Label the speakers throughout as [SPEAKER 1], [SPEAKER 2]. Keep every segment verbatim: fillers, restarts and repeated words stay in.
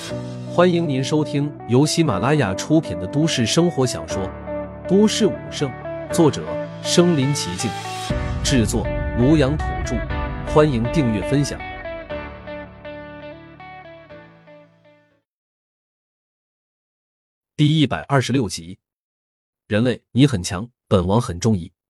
[SPEAKER 1] 欢迎您收听由喜马拉雅出品的都市生活小说《都市武圣》，作者身临其境，制作庐阳土著。欢迎订阅分享。第一百二十六集，人类，你很强，本王很中意。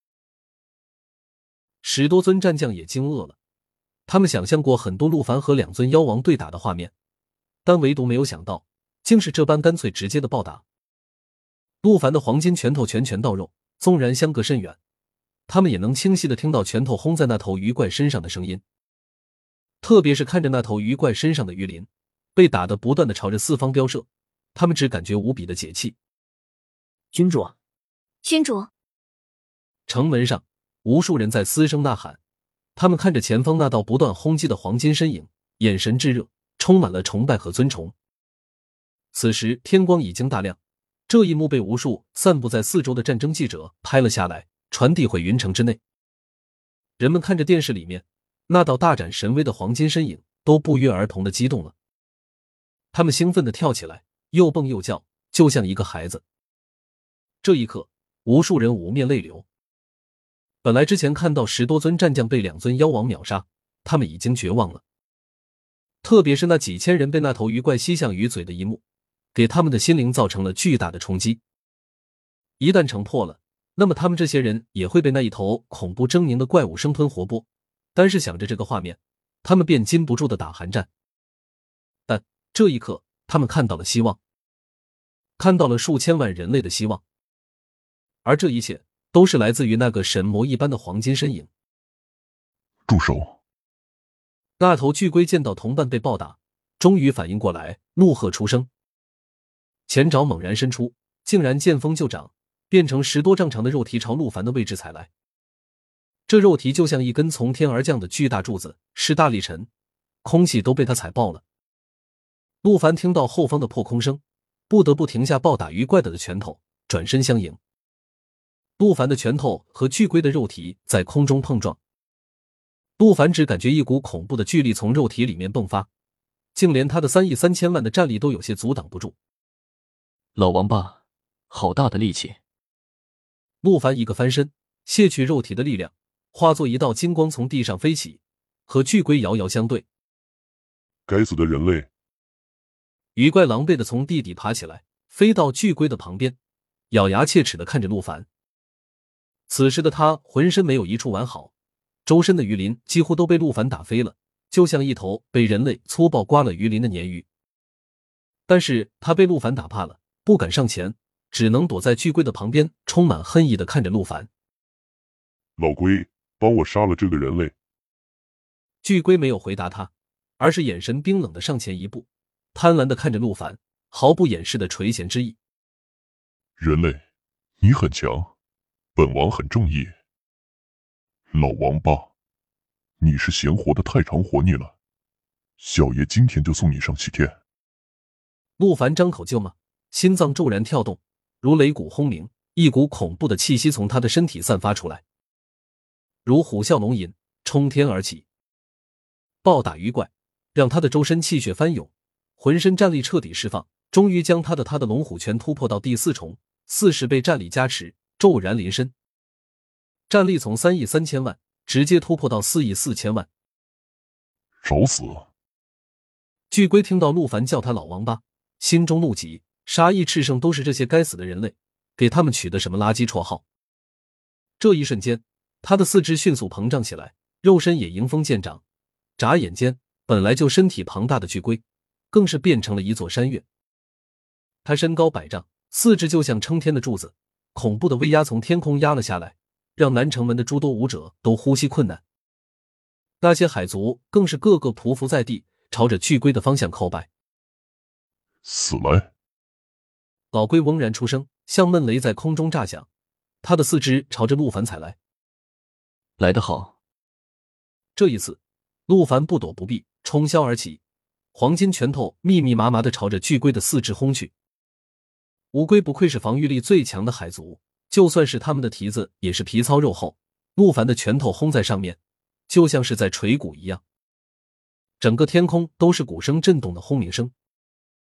[SPEAKER 1] 十多尊战将也惊愕了，他们想象过很多陆凡和两尊妖王对打的画面，但唯独没有想到竟是这般干脆直接的暴打。陆凡的黄金拳头拳拳到肉，纵然相隔甚远，他们也能清晰地听到拳头轰在那头鱼怪身上的声音。特别是看着那头鱼怪身上的鱼鳞被打得不断地朝着四方飙射，他们只感觉无比的解气。
[SPEAKER 2] 君主，
[SPEAKER 3] 君主！
[SPEAKER 1] 城门上无数人在嘶声呐喊，他们看着前方那道不断轰击的黄金身影，眼神炙热，充满了崇拜和尊崇。此时天光已经大亮，这一幕被无数散布在四周的战争记者拍了下来，传递回云城之内。人们看着电视里面那道大展神威的黄金身影，都不约而同的激动了。他们兴奋地跳起来，又蹦又叫，就像一个孩子。这一刻，无数人捂面泪流。本来之前看到十多尊战将被两尊妖王秒杀，他们已经绝望了。特别是那几千人被那头鱼怪吸向鱼嘴的一幕，给他们的心灵造成了巨大的冲击。一旦城破了，那么他们这些人也会被那一头恐怖狰狞的怪物生吞活剥。单是想着这个画面，他们便禁不住的打寒战。但这一刻，他们看到了希望，看到了数千万人类的希望。而这一切都是来自于那个神魔一般的黄金身影。
[SPEAKER 4] 住手！
[SPEAKER 1] 那头巨龟见到同伴被暴打，终于反应过来，怒喝出声。前爪猛然伸出，竟然见风就长，变成十多丈长的肉蹄朝陆凡的位置踩来。这肉蹄就像一根从天而降的巨大柱子，势大力沉，空气都被他踩爆了。陆凡听到后方的破空声，不得不停下暴打鱼怪的拳头，转身相迎。陆凡的拳头和巨龟的肉蹄在空中碰撞，陆凡只感觉一股恐怖的巨力从肉体里面迸发，竟连他的三亿三千万的战力都有些阻挡不住。
[SPEAKER 2] 老王八，好大的力气！
[SPEAKER 1] 陆凡一个翻身，卸去肉体的力量，化作一道金光从地上飞起，和巨龟遥遥相对。
[SPEAKER 4] 该死的人类！
[SPEAKER 1] 鱼怪狼狈地从地底爬起来，飞到巨龟的旁边，咬牙切齿地看着陆凡。此时的他浑身没有一处完好，周身的鱼鳞几乎都被陆凡打飞了，就像一头被人类粗暴刮了鱼鳞的鲶鱼。但是他被陆凡打怕了，不敢上前，只能躲在巨龟的旁边，充满恨意地看着陆凡。
[SPEAKER 4] 老龟，帮我杀了这个人类！
[SPEAKER 1] 巨龟没有回答他，而是眼神冰冷地上前一步，贪婪地看着陆凡，毫不掩饰的垂涎之意。
[SPEAKER 4] 人类，你很强，本王很中意。老王八，你是闲活的太长活腻了，小爷今天就送你上西天。
[SPEAKER 1] 陆凡张口就骂，心脏骤然跳动，如擂鼓轰鸣，一股恐怖的气息从他的身体散发出来，如虎啸龙吟，冲天而起。暴打鱼怪让他的周身气血翻涌，浑身战力彻底释放，终于将他的他的龙虎拳突破到第四重，四十倍战力加持，骤然临身，战力从三亿三千万直接突破到四亿四千万。
[SPEAKER 4] 找死！
[SPEAKER 1] 巨龟听到陆凡叫他老王八，心中怒极，杀意炽盛，都是这些该死的人类，给他们取的什么垃圾绰号。这一瞬间，他的四肢迅速膨胀起来，肉身也迎风见长，眨眼间，本来就身体庞大的巨龟更是变成了一座山岳。他身高百丈，四肢就像撑天的柱子，恐怖的威压从天空压了下来，让南城门的诸多武者都呼吸困难。那些海族更是个个匍匐在地，朝着巨龟的方向叩拜。
[SPEAKER 4] 死来！
[SPEAKER 1] 老龟嗡然出声，像闷雷在空中炸响，他的四肢朝着陆凡踩来。
[SPEAKER 2] 来得好！
[SPEAKER 1] 这一次，陆凡不躲不避，冲霄而起，黄金拳头密密麻麻地朝着巨龟的四肢轰去。乌龟不愧是防御力最强的海族，就算是他们的蹄子也是皮糙肉厚，陆凡的拳头轰在上面，就像是在锤鼓一样。整个天空都是鼓声震动的轰鸣声。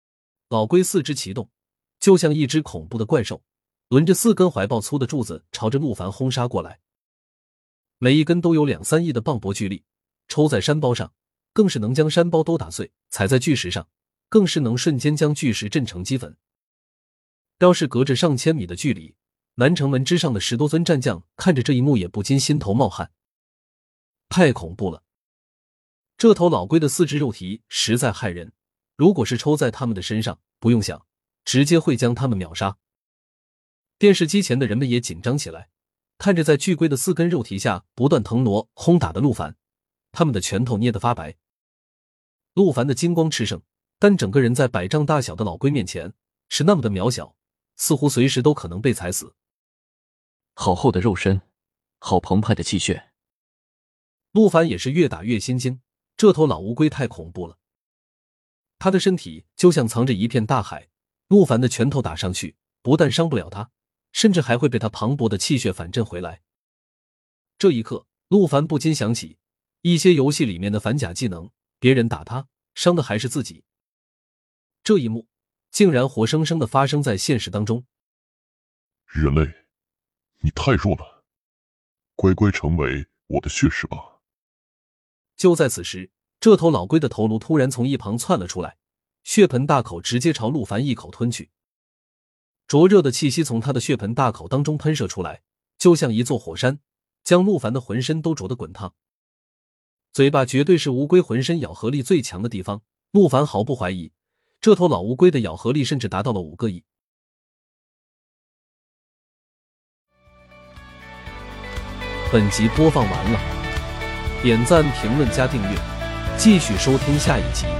[SPEAKER 1] 老龟四肢齐动，就像一只恐怖的怪兽，轮着四根怀抱粗的柱子朝着陆凡轰杀过来。每一根都有两三亿的磅礴巨力，抽在山包上，更是能将山包都打碎；踩在巨石上，更是能瞬间将巨石震成齑粉。要是隔着上千米的距离，南城门之上的十多尊战将看着这一幕也不禁心头冒汗。太恐怖了！这头老龟的四肢肉体实在骇人，如果是抽在他们的身上，不用想，直接会将他们秒杀。电视机前的人们也紧张起来，看着在巨龟的四根肉体下不断腾挪轰打的陆凡，他们的拳头捏得发白。陆凡的金光炽盛，但整个人在百丈大小的老龟面前是那么的渺小，似乎随时都可能被踩死。
[SPEAKER 2] 好厚的肉身，好澎湃的气血。
[SPEAKER 1] 陆凡也是越打越心惊，这头老乌龟太恐怖了。他的身体就像藏着一片大海，陆凡的拳头打上去，不但伤不了他，甚至还会被他磅礴的气血反震回来。这一刻，陆凡不禁想起一些游戏里面的反甲技能，别人打他，伤的还是自己。这一幕竟然活生生的发生在现实当中。
[SPEAKER 4] 人类，你太弱了，乖乖成为我的血食吧。
[SPEAKER 1] 就在此时，这头老龟的头颅突然从一旁窜了出来，血盆大口直接朝陆凡一口吞去。灼热的气息从他的血盆大口当中喷射出来，就像一座火山，将陆凡的浑身都灼得滚烫。嘴巴绝对是乌龟浑身咬合力最强的地方，陆凡毫不怀疑，这头老乌龟的咬合力甚至达到了五个亿。本集播放完了，点赞、评论、加订阅，继续收听下一集。